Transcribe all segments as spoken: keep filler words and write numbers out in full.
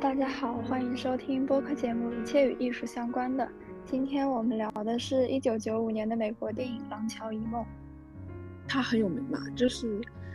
大家好，欢迎收听播客节目《一切与艺术相关的》。今天我们聊的是一九九五年的美国电影《廊桥遗梦》。 它很有名嘛，就是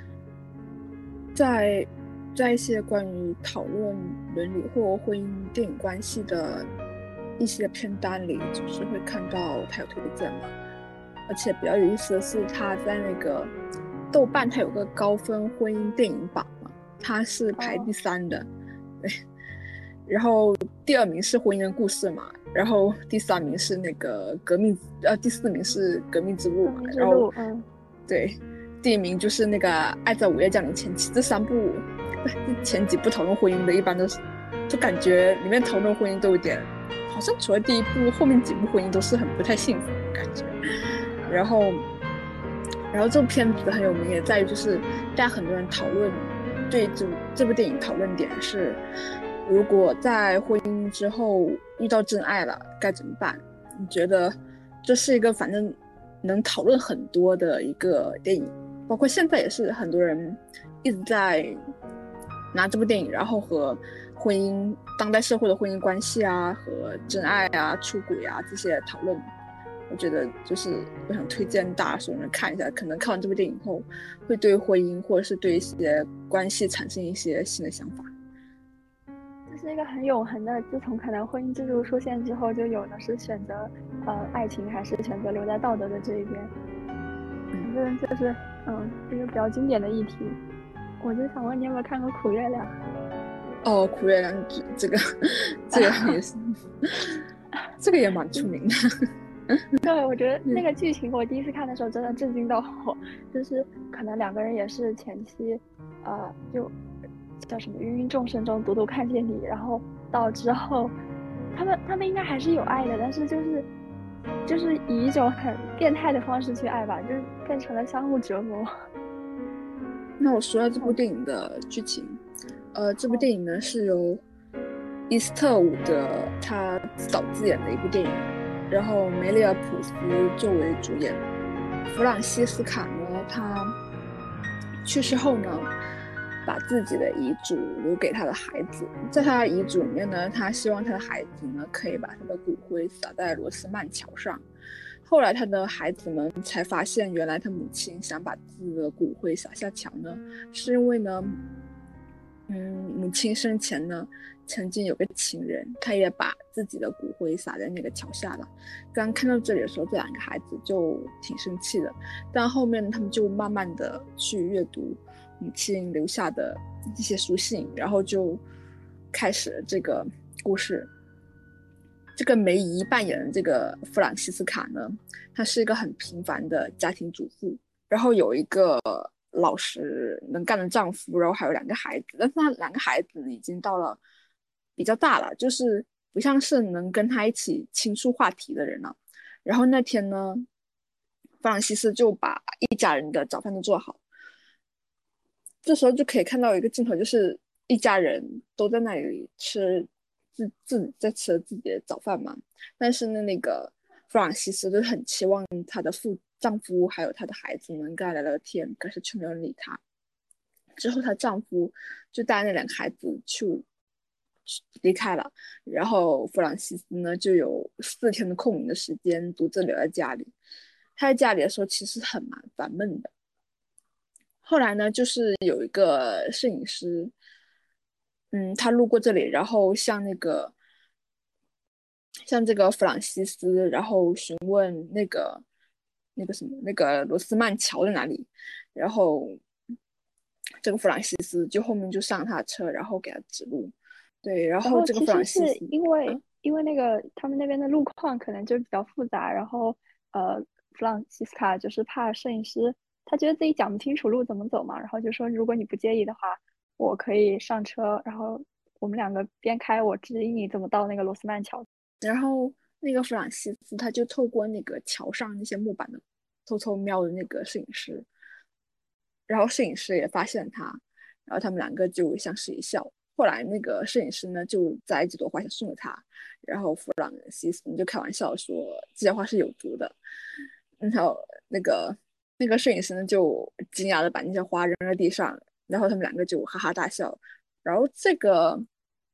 在在一些关于讨论伦理或婚姻电影关系的一些片单里，就是会看到它有推荐嘛。而且比较有意思的是，它在那个豆瓣它有个高分婚姻电影榜嘛，它是排第三的，对。然后第二名是婚姻的故事嘛，然后第三名是那个革命，呃，第四名是革命之路嘛， 革命之然后路，嗯， 对，第一名就是那个爱在午夜降临前期。这三部前几部讨论婚姻的，一般都是就感觉里面讨论婚姻都有点，好像除了第一部，后面几部婚姻都是很不太幸福的感觉。然后，然后这部片子很有名，也在于就是大家很多人讨论对这这部电影讨论点是，如果在婚姻之后遇到真爱了该怎么办？你觉得这是一个反正能讨论很多的一个电影，包括现在也是很多人一直在拿这部电影，然后和婚姻、当代社会的婚姻关系啊，和真爱啊、出轨啊这些讨论。我觉得就是我想推荐大家所有人看一下，可能看完这部电影后，会对婚姻或者是对一些关系产生一些新的想法。 这是一个很永恒的，自从可能婚姻制度出现之后，就有的是选择呃爱情，还是选择留在道德的这一边。反正就是嗯，一个比较经典的议题。我就想问你有没有看过《苦月亮》？ 哦，苦月亮这这个这个也是这个也蛮出名的。 对，我觉得那个剧情我第一次看的时候真的震惊到我，就是可能两个人也是前期，呃，就叫什么芸芸众生中独独看见你，然后到之后，他们他们应该还是有爱的，但是就是就是以一种很变态的方式去爱吧，就是变成了相互折磨。 那我说到这部电影的剧情，呃，这部电影呢是由伊斯特伍德他自导自演的一部电影，然后梅丽尔·普斯作为主演。弗朗西斯卡呢，他去世后呢，把自己的遗嘱留给他的孩子。在他的遗嘱里面呢，他希望他的孩子呢可以把他的骨灰撒在罗斯曼桥上。后来他的孩子们才发现，原来他母亲想把自己的骨灰撒下桥呢，是因为呢，嗯，母亲生前呢曾经有个情人，他也把自己的骨灰撒在那个桥下了。刚看到这里的时候，这两个孩子就挺生气的，但后面他们就慢慢的去阅读母亲留下的一些书信，然后就开始了这个故事。这个梅姨扮演的这个弗朗西斯卡呢，她是一个很平凡的家庭主妇，然后有一个老实能干的丈夫，然后还有两个孩子，但是她两个孩子已经到了比较大了，就是不像是能跟她一起倾诉话题的人了。然后那天呢，弗朗西斯就把一家人的早饭都做好，这时候就可以看到一个镜头，就是一家人都在那里吃自自己在吃自己的早饭嘛。但是呢，那个弗朗西斯就很期望她的父丈夫还有她的孩子能跟她聊聊天，可是却没有人理她。之后她丈夫就带那两个孩子去离开了，然后弗朗西斯呢就有四天的空余的时间独自留在家里。她在家里的时候其实很蛮烦闷的。后来呢，就是有一个摄影师，嗯，他路过这里，然后向那个向这个弗朗西斯，然后询问那个那个什么那个罗斯曼桥在哪里，然后这个弗朗西斯就后面就上他的车，然后给他指路。对，然然后后这个弗其实是朗西斯， 因为嗯， 因为那个他们那边的路况可能就比较复杂，然后呃，弗朗西斯卡就是怕摄影师他觉得自己讲不清楚路怎么走嘛，然后就说如果你不介意的话，我可以上车，然后我们两个边开，我指引你怎么到那个罗斯曼桥。 然后那个弗朗西斯他就透过那个桥上那些木板的偷偷瞄的那个摄影师，然后摄影师也发现他，然后他们两个就相视一笑。后来那个摄影师呢，就摘几朵花送给他，然后弗朗西斯就开玩笑说这些花是有毒的。然后那个那个摄影师呢，就惊讶的把那些花扔在地上，然后他们两个就哈哈大笑。然后这个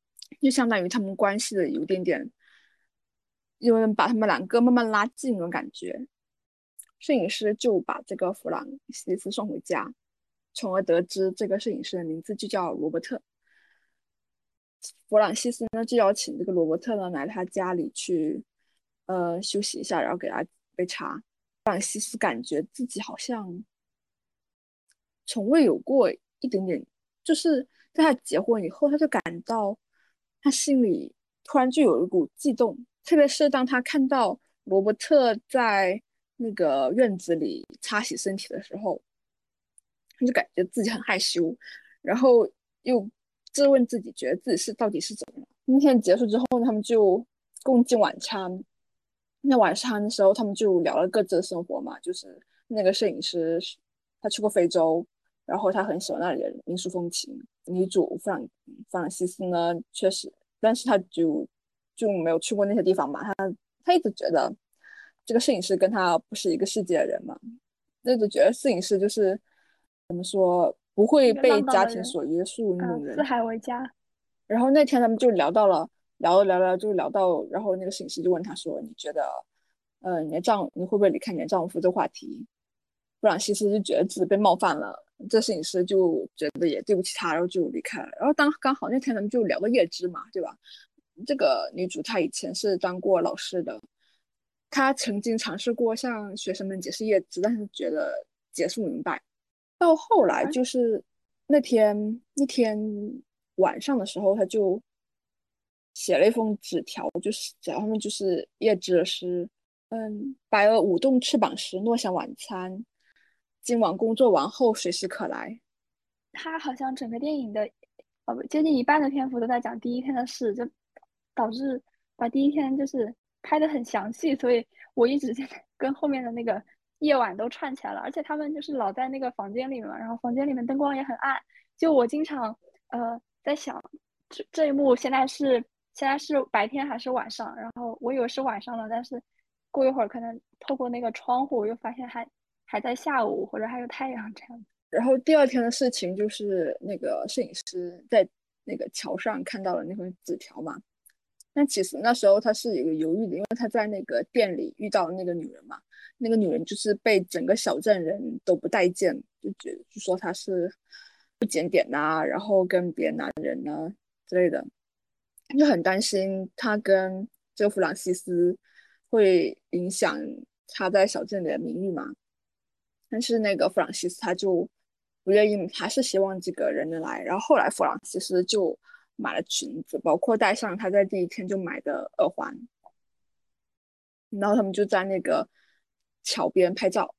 就相当于他们关系的有点点，有人把他们两个慢慢拉近那种感觉。摄影师就把这个弗朗西斯送回家，从而得知这个摄影师的名字就叫罗伯特。弗朗西斯呢就邀请这个罗伯特呢来他家里去，呃休息一下，然后给他杯茶。弗朗西斯感觉自己好像从未有过一点点，就是在他结婚以后，他就感到他心里突然就有一股悸动，特别是当他看到罗伯特在那个院子里擦洗身体的时候，他就感觉自己很害羞，然后又质问自己，觉得自己是到底是怎么了。那天结束之后呢，他们就共进晚餐。那晚餐的时候，他们就聊了各自的生活嘛，就是那个摄影师他去过非洲，然后他很喜欢那里的民俗风情。女主弗朗弗朗西斯呢，确实，但是他就就没有去过那些地方嘛，他他一直觉得这个摄影师跟他不是一个世界的人嘛，那就觉得摄影师就是怎么说不会一个被浪荡的人， 家庭所约束那啊， 种人。 四海为家。 然后那天他们就聊到了，聊着聊着就聊到，然后那个摄影师就问他说：“你觉得，呃，你的丈你会不会离开你的丈夫？”这个话题，布朗西斯就觉得自己被冒犯了，这摄影师就觉得也对不起他，然后就离开了。然后当刚好那天他们就聊到叶芝嘛，对吧？这个女主她以前是当过老师的，她曾经尝试过向学生们解释叶芝，但是觉得解释不明白。到后来而就是那天那天晚上的时候，他就写了一封纸条，就是讲他们就是叶芝的诗，嗯，白鹅舞动翅膀时，诺想晚餐，今晚工作完后随时可来。 他好像整个电影的，呃，不，接近一半的篇幅都在讲第一天的事，就导致把第一天就是拍的很详细，所以我一直跟后面的那个夜晚都串起来了。而且他们就是老在那个房间里面嘛，然后房间里面灯光也很暗，就我经常呃在想，这这一幕现在是现在是白天还是晚上？然后我以为是晚上了，但是过一会儿可能透过那个窗户，我又发现还还在下午，或者还有太阳这样。 然后第二天的事情就是那个摄影师在那个桥上看到了那封纸条嘛，但其实那时候他是有个犹豫的，因为他在那个店里遇到那个女人嘛，那个女人就是被整个小镇人都不待见，就觉得就说她是不检点呐、然后跟别的男人呐、之类的，就很担心他跟这个弗朗西斯会影响他在小镇里的名誉嘛。但是那个弗朗西斯他就不愿意，还是希望这个人能来。然后后来弗朗西斯就买了裙子，包括戴上他在第一天就买的耳环，然后他们就在那个桥边拍照。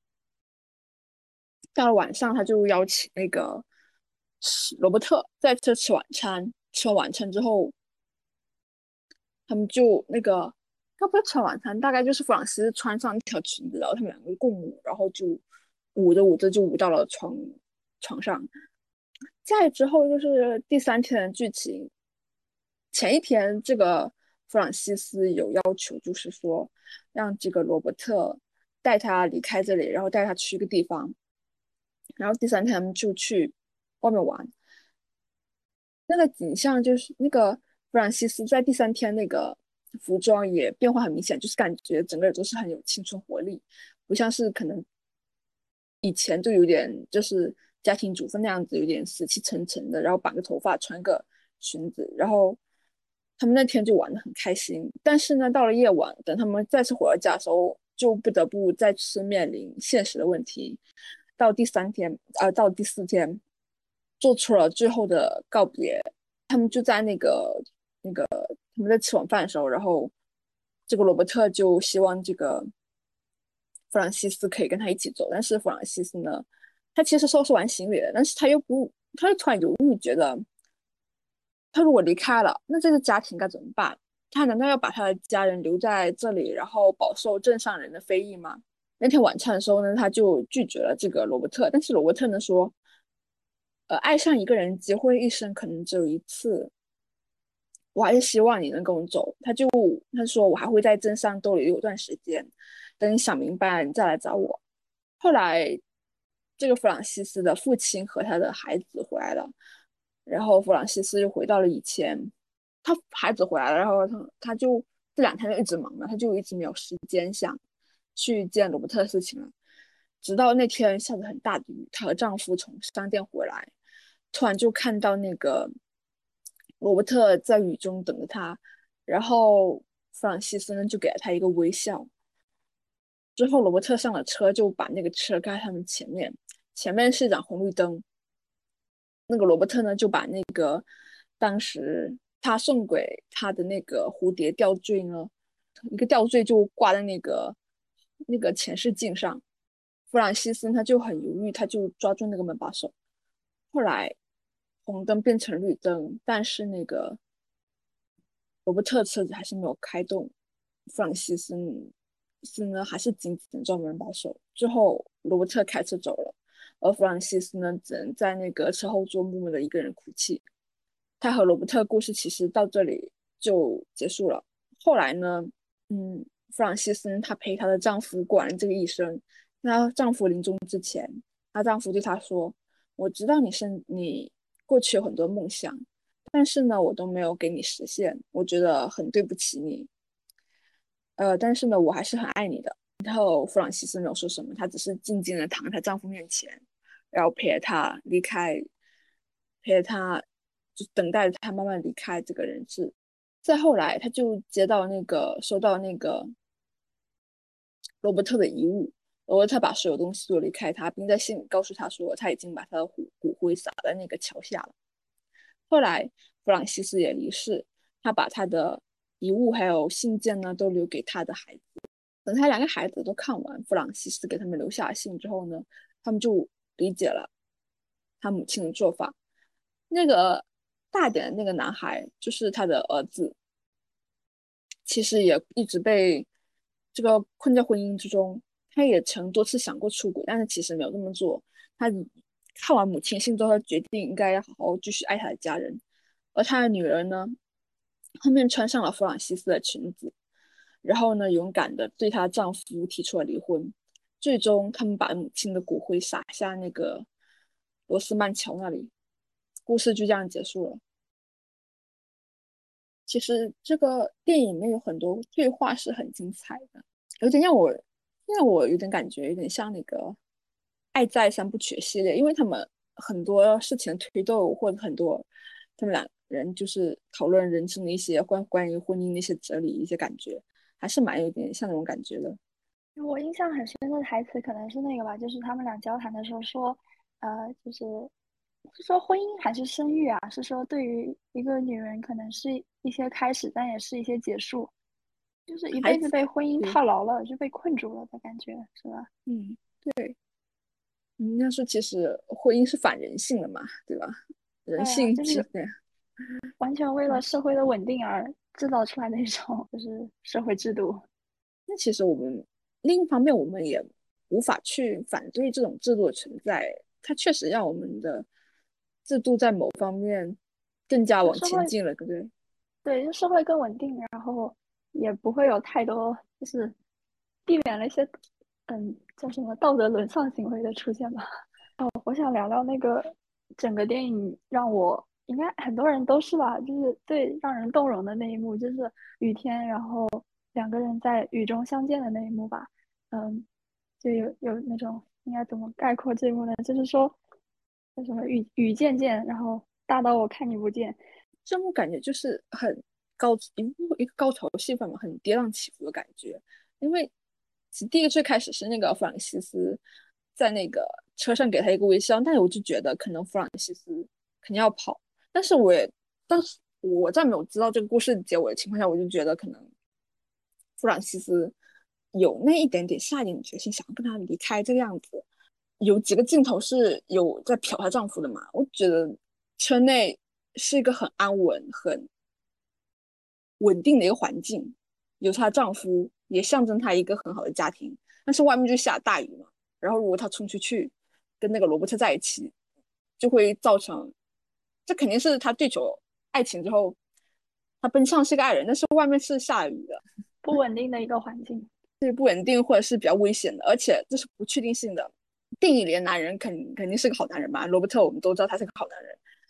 到了晚上，他就邀请那个罗伯特在这吃晚餐。吃完晚餐之后，他们就那个，他不是吃完晚餐，大概就是弗朗西斯穿上一条裙子，然后他们两个共舞，然后就舞着舞着就舞到了床床上。再之后就是第三天的剧情。前一天，这个弗朗西斯有要求，就是说让这个罗伯特带他离开这里，然后带他去一个地方。然后第三天他们就去外面玩。那个景象就是那个弗朗西斯在第三天那个服装也变化很明显，就是感觉整个人都是很有青春活力，不像是可能以前就有点就是家庭主妇那样子，有点死气沉沉的，然后绑个头发，穿个裙子，然后他们那天就玩的很开心。但是呢，到了夜晚，等他们再次回到家的时候，就不得不再次面临现实的问题。到第三天，呃，到第四天，做出了最后的告别。他们就在那个那个他们在吃晚饭的时候，然后这个罗伯特就希望这个弗朗西斯可以跟他一起走，但是弗朗西斯呢，他其实收拾完行李了，但是他又不，他又突然犹豫，觉得他如果离开了，那这个家庭该怎么办？他难道要把他的家人留在这里，然后饱受镇上人的非议吗？那天晚餐的时候呢，他就拒绝了这个罗伯特，但是罗伯特呢说，呃，爱上一个人机会一生可能只有一次，我还是希望你能跟我走。他就他说我还会在镇上逗留一段时间，等你想明白了你再来找我。后来，这个弗朗西斯的父亲和他的孩子回来了，然后弗朗西斯又回到了以前他孩子回来了，然后他他就这两天就一直忙了，他就一直没有时间想去见罗伯特的事情了。直到那天下着很大的雨，她和丈夫从商店回来，突然就看到那个罗伯特在雨中等着她，然后弗朗西斯呢就给了他一个微笑。之后罗伯特上了车，就把那个车开他们前面，前面是一盏红绿灯。那个罗伯特呢就把那个当时他送给他的那个蝴蝶吊坠呢，一个吊坠就挂在那个那个前视镜上。弗朗西斯他就很犹豫，他就抓住那个门把手。后来红灯变成绿灯，但是那个罗伯特车子还是没有开动，弗朗西斯斯呢还是紧紧地抓门把手。之后罗伯特开车走了，而弗朗西斯呢只能在那个车后座默默的一个人哭泣。他和罗伯特的故事其实到这里就结束了。后来呢，嗯，弗朗西斯她陪她的丈夫过完了这个一生。她丈夫临终之前，她丈夫对她说：“我知道你生你过去有很多梦想，但是呢，我都没有给你实现，我觉得很对不起你。呃，但是呢，我还是很爱你的。”然后弗朗西斯没有说什么，她只是静静的躺在她丈夫面前，然后陪着他离开，陪着他，就等待着他慢慢离开这个人世。再后来，他就接到那个收到那个罗伯特的遗物，罗伯特把所有东西都离开他，并在信里告诉他说他已经把他的骨骨灰撒在那个桥下了。后来弗朗西斯也离世，他把他的遗物还有信件呢都留给他的孩子。等他两个孩子都看完弗朗西斯给他们留下的信之后呢，他们就理解了他母亲的做法。那个大点的那个男孩就是他的儿子，其实也一直被这个困在婚姻之中。他也曾多次想过出轨，但是其实没有这么做。他看完母亲信之后，他决定应该要好好继续爱他的家人。而他的女儿呢，后面穿上了弗朗西斯的裙子，然后呢，勇敢的对她丈夫提出了离婚。最终，他们把母亲的骨灰撒下那个罗斯曼桥那里，故事就这样结束了。其实这个电影里面有很多对话是很精彩的，有点让我让我有点感觉有点像那个《爱在三部曲》系列，因为他们很多事情的推动或者很多他们两人就是讨论人生的一些关关于婚姻的一些哲理一些感觉，还是蛮有点像那种感觉的。 我印象很深的台词可能是那个吧，就是他们俩交谈的时候说，呃，就是是说婚姻还是生育啊？是说对于一个女人可能是一些开始，但也是一些结束，就是一辈子孩子， 被婚姻对， 套牢了，就被困住了的感觉，是吧？ 嗯，对，应该说其实婚姻是反人性的嘛，对吧？人对啊，就是性其实完全为了嗯， 社会的稳定而制造出来的一种就是社会制度。 那其实我们另一方面，我们也无法去反对这种制度的存在，它确实让我们的制度在某方面更加往就社会前进了，对不对？ 对，就社会更稳定，然后也不会有太多就是避免了一些嗯叫什么道德沦丧行为的出现吧。我想聊聊那个整个电影让我应该很多人都是吧，就是最让人动容的那一幕，就是雨天，然后两个人在雨中相见的那一幕吧。嗯，就有有那种应该怎么概括这一幕呢？就是说，叫什么雨雨渐渐，然后大到我看你不见。 这幕感觉就是很高一部一个高潮戏份嘛，很跌宕起伏的感觉。因为其实第一个最开始是那个弗朗西斯在那个车上给他一个微笑，但是我就觉得可能弗朗西斯肯定要跑，但是我也当时我在没有知道这个故事结尾的情况下，我就觉得可能弗朗西斯有那一点点下一点决心，想要跟他离开这个样子。有几个镜头是有在瞟她丈夫的嘛，我觉得车内是一个很安稳、很稳定的一个环境，有她丈夫，也象征她一个很好的家庭。但是外面就下大雨嘛，然后如果她冲出去跟那个罗伯特在一起，就会造成，这肯定是她追求爱情之后，她奔向是个爱人，但是外面是下雨的， 不稳定的一个环境。 是不稳定或者是比较危险的，而且这是不确定性的。电影里的男人肯肯定是个好男人嘛，罗伯特我们都知道他是个好男人，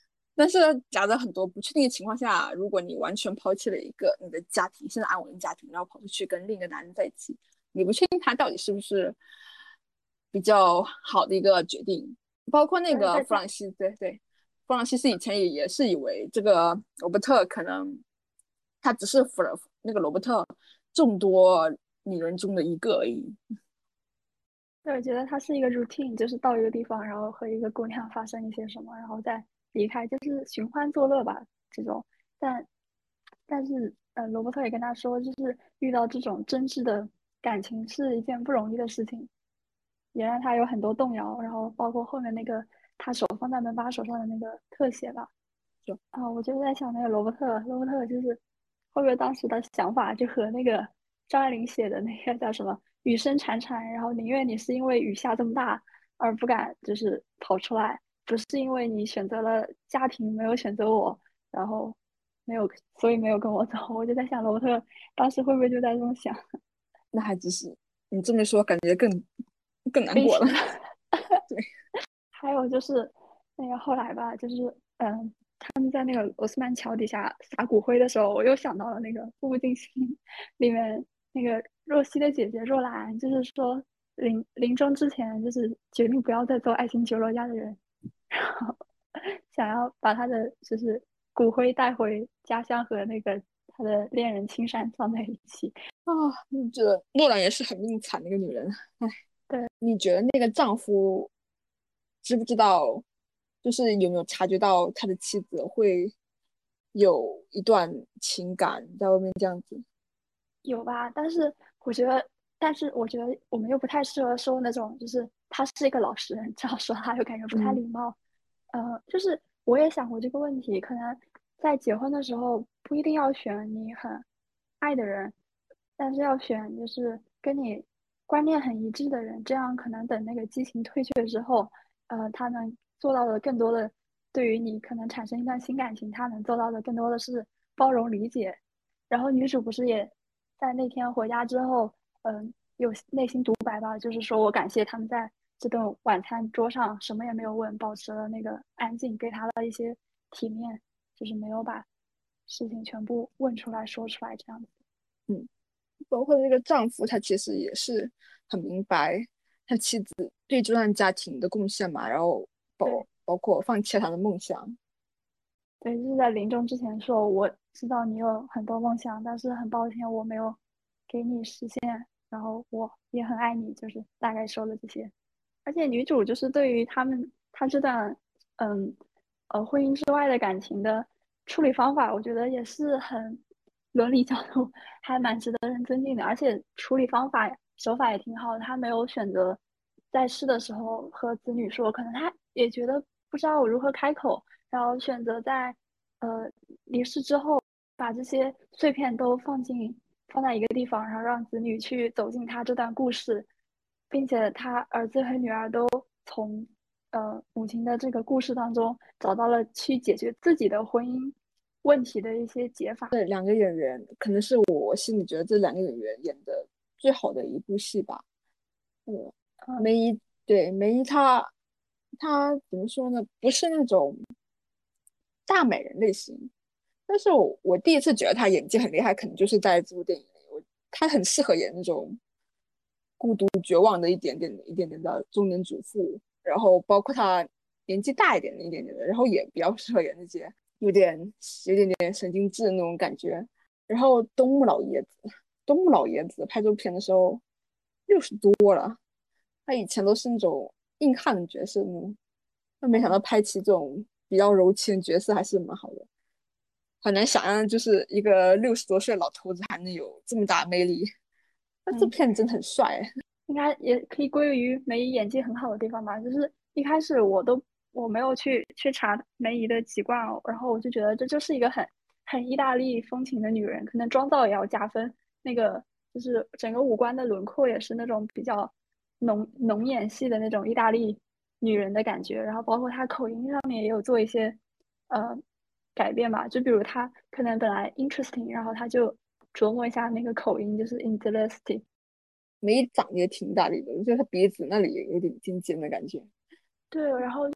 但是夹在很多不确定的情况下，如果你完全抛弃了一个你的家庭，现在安稳的家庭，然后跑出去跟另一个男人在一起，你不确定他到底是不是比较好的一个决定。包括那对， 个再加弗朗西，对对，弗朗西斯以前也也是以为这个罗伯特可能他只是弗那个罗伯特众多女人中的一个而已。 对，我觉得它是一个 routine，就是到一个地方，然后和一个姑娘发生一些什么，然后再离开，就是寻欢作乐吧，这种。但但是，呃，罗伯特也跟他说，就是遇到这种真挚的感情是一件不容易的事情，也让他有很多动摇。然后包括后面那个他手放在门把手上的那个特写吧， 就啊，我就在想那个罗伯特，罗伯特就是会不会当时的想法就和那个张爱玲写的那个叫什么"雨声潺潺"，然后宁愿你是因为雨下这么大而不敢就是跑出来，不是因为你选择了家庭没有选择我，然后没有，所以没有跟我走。我就在想罗伯特当时会不会就在这么想， 那还只是你这么说，感觉更更难过了。 悲情。 对， 还有就是那个后来吧，就是嗯，他们在那个罗斯曼桥底下撒骨灰的时候，我又想到了那个《步步惊心》里面那个若曦的姐姐若兰，就是说临临终之前，就是决定不要再做爱新觉罗家的人，然后想要把他的就是骨灰带回家乡和那个他的恋人青山葬在一起。 啊，这诺兰也是很命惨的一个女人。哎， 对， 你觉得那个丈夫知不知道，就是有没有察觉到他的妻子会有一段情感在外面这样子？ 有吧？但是我觉得，但是我觉得我们又不太适合说那种，就是他是一个老实人，这样说他又感觉不太嗯， 礼貌。呃，就是我也想过这个问题，可能在结婚的时候不一定要选你很爱的人，但是要选就是跟你观念很一致的人，这样可能等那个激情退却之后，呃，他能做到的更多的，对于你可能产生一段新感情，他能做到的更多的是包容理解。然后女主不是也在那天回家之后，嗯，有内心独白吧，就是说我感谢他们在这顿晚餐桌上什么也没有问，保持了那个安静，给他了一些体面，就是没有把事情全部问出来说出来这样子。 嗯，包括那个丈夫，他其实也是很明白他妻子对这段家庭的贡献嘛，然后对包包括放弃了他的梦想。 对，就是在临终之前说，我知道你有很多梦想，但是很抱歉我没有给你实现，然后我也很爱你，就是大概说了这些。而且女主就是对于他们她这段嗯呃婚姻之外的感情的处理方法，我觉得也是很伦理角度还蛮值得人尊敬的，而且处理方法手法也挺好的。她没有选择在世的时候和子女说，可能她也觉得不知道如何开口，然后选择在呃离世之后把这些碎片都放进放在一个地方，然后让子女去走进他这段故事，并且他儿子和女儿都从呃母亲的这个故事当中找到了去解决自己的婚姻问题的一些解法。 这两个演员可能是我心里觉得这两个演员演的最好的一部戏吧。嗯， 嗯梅姨，对，梅姨她她怎么说呢？不是那种大美人类型，但是我我第一次觉得她演技很厉害，可能就是在这部电影里，我她很适合演那种孤独绝望的一点点一点点的中年主妇，然后包括她年纪大一点的一点点的，然后也比较适合演那些有点有点点神经质的那种感觉。然后东木老爷子，东木老爷子拍这部片的时候六十多了，他以前都是那种硬汉角色那种，但没想到嗯拍起这种比较柔情的角色还是蛮好的。很难想象，就是一个六十多岁的老头子还能有这么大的魅力。那这嗯， 片真的很帅。 应该也可以归于梅姨演技很好的地方吧。就是一开始我都我没有去去查梅姨的籍贯哦，然后我就觉得这就是一个很很意大利风情的女人，可能妆造也要加分。那个就是整个五官的轮廓也是那种比较浓浓眼系的那种意大利女人的感觉，然后包括她口音上面也有做一些呃改变吧。就比如她可能本来 interesting，然后她就琢磨一下那个口音，就是 interesting。 梅姨长得也挺大力的，我觉得她鼻子那里有点尖尖的感觉。 对，然后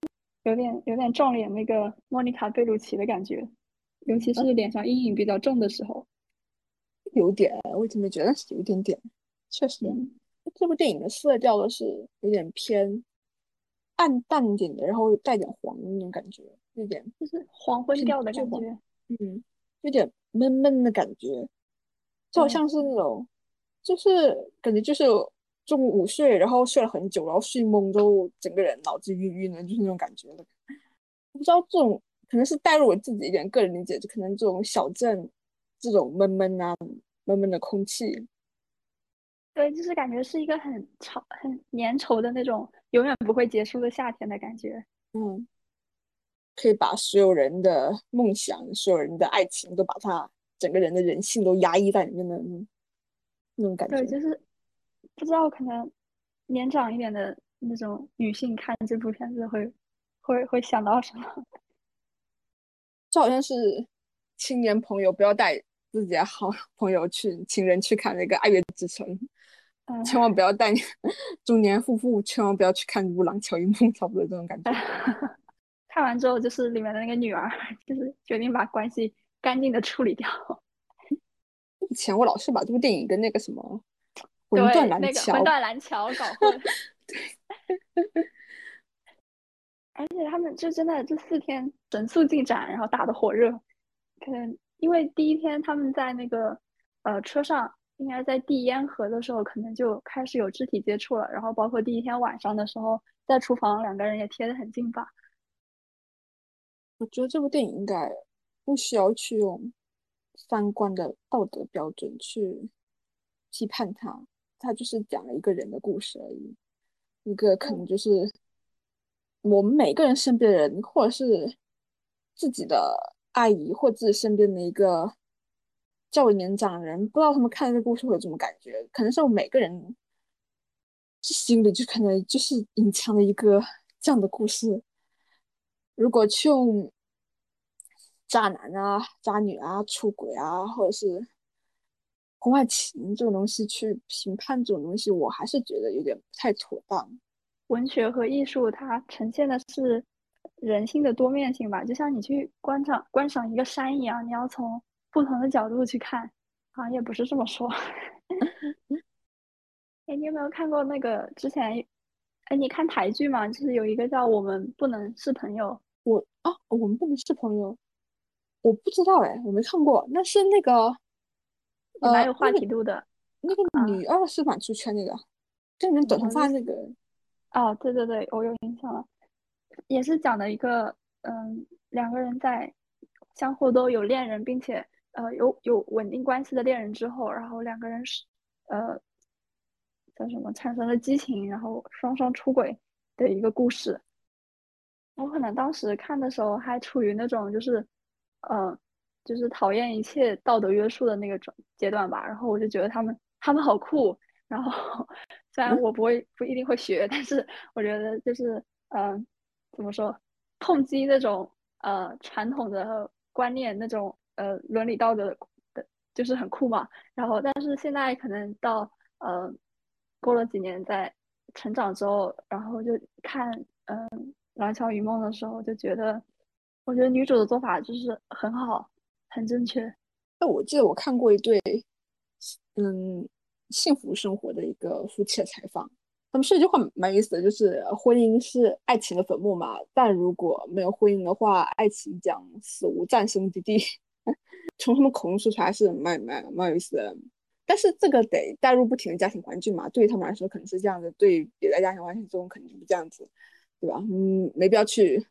有点有点撞脸那个莫妮卡贝鲁奇的感觉，尤其嗯， 是脸上阴影比较重的时候。 有点，我已经没觉得，但是有一点点，确实。 嗯， 这部电影的色调都是有点偏暗淡一点的，然后带点黄的那种感觉，有点就是黄昏偏调的就黄， 感觉。 嗯，有点闷闷的感觉，就好对， 像是那种，就是感觉就是中午午睡，然后睡了很久，然后睡懵之后，整个人脑子晕晕的，就是那种感觉的。不知道这种可能是带入我自己一点个人理解，就可能这种小镇这种闷闷啊、闷闷的空气， 对，就是感觉是一个很长、很粘稠的那种，永远不会结束的夏天的感觉。 嗯，可以把所有人的梦想、所有人的爱情都把它整个人的人性都压抑在里面的那那种感对， 觉。 就是不知道可能年长一点的那种女性看这部片子会会会想到什么？ 就好像是青年朋友不要带自己的好朋友去情人去看那个《爱乐之城》， 嗯， 千万不要带你中年夫妇，千万不要去看这部《廊桥遗梦》，差不多这种感觉。 看完之后就是里面的那个女儿，就是决定把关系干净的处理掉。 以前我老是把这部电影跟那个什么《魂断对，那个魂蓝桥》， 断蓝桥搞混。而且他们就真的这四天神速进展，然后打得火热。可能因为第一天他们在那个呃车上，应该在递烟盒的时候，可能就开始有肢体接触了。然后包括第一天晚上的时候，在厨房两个人也贴得很近吧。 我觉得这部电影应该不需要去用三观的道德标准去批判它，它就是讲了一个人的故事而已，一个可就能就是我们每个人身边的人，或者是自己的阿姨，或自己身边的一个较为年长的人，不知道他们看这个故事会有什么感觉，可能是我们每个人心里就可能就是隐藏了一个这样的故事。如果去用渣男啊、渣女啊、出轨啊，或者是婚外情这种东西去评判这种东西，我还是觉得有点不太妥当。 文学和艺术，它呈现的是人性的多面性吧，就像你去观赏观赏一个山一样，你要从不同的角度去看。好像也不是这么说。哎，你有没有看过那个之前？哎，你看台剧吗？就是有一个叫《我们不能是朋友》。 我啊，我们不能是朋友，我不知道哎，我没看过。那是那个呃， 也蛮有话那个题度的那个啊。 女二是蛮出圈那个，就那短头怎么说？就是发那个， 哦，对对对，我有印象了。也是讲的一个嗯，两个人在相互都有恋人，并且呃有有稳定关系的恋人之后，然后两个人是呃叫什么产生了激情，然后双双出轨的一个故事。我可能当时看的时候还处于那种就是，嗯，就是讨厌一切道德约束的那个状阶段吧。然后我就觉得他们他们好酷。然后虽然嗯， 我不会不一定会学，但是我觉得就是嗯，怎么说，痛击那种呃传统的观念那种呃伦理道德的，就是很酷嘛。然后但是现在可能到呃过了几年在成长之后，然后就看嗯。廊桥遗梦的时候，就觉得，我觉得女主的做法就是很好，很正确。 但我记得我看过一对嗯幸福生活的一个夫妻的采访，他们说一句话蛮有意思的，就是婚姻是爱情的坟墓嘛，但如果没有婚姻的话，爱情将死无葬身之地。从他们口中说出来是蛮蛮蛮有意思的。但是这个得带入不停的家庭环境嘛，对于他们来说可能是这样子，对于别的家庭环境中肯定不是这样子，对吧？嗯，没必要去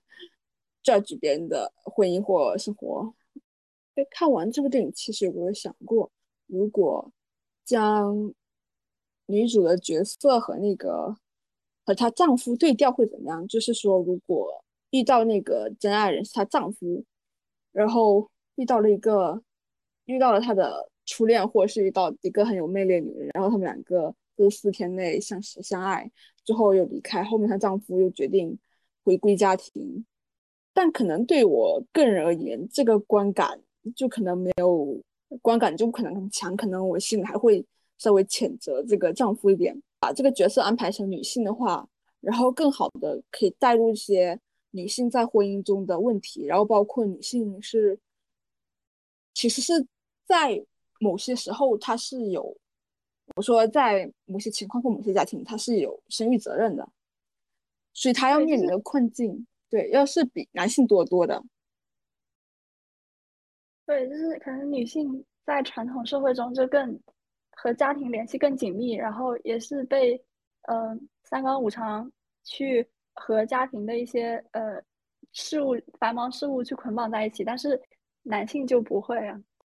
judge 别人的婚姻或生活。看完这部电影，其实我有想过，如果将女主的角色和那个和她丈夫对调会怎么样？就是说，如果遇到那个真爱人是她丈夫，然后遇到了一个遇到了她的初恋，或者是遇到一个很有魅力的女人，然后他们两个这四天内相识相爱，之后又离开，后面她丈夫又决定回归家庭，但可能对我个人而言，这个观感就可能没有观感就不可能很强，可能我心里还会稍微谴责这个丈夫一点。把这个角色安排成女性的话，然后更好的可以带入一些女性在婚姻中的问题，然后包括女性是其实是在某些时候她是有，我说在某些情况或某些家庭她是有生育责任的，所以她要对，就是面临的困境，对，要是比男性多多的。 对，就是可能女性在传统社会中就更和家庭联系更紧密，然后也是被嗯、呃三纲五常去和家庭的一些呃事务繁忙事务去捆绑在一起，但是男性就不会啊。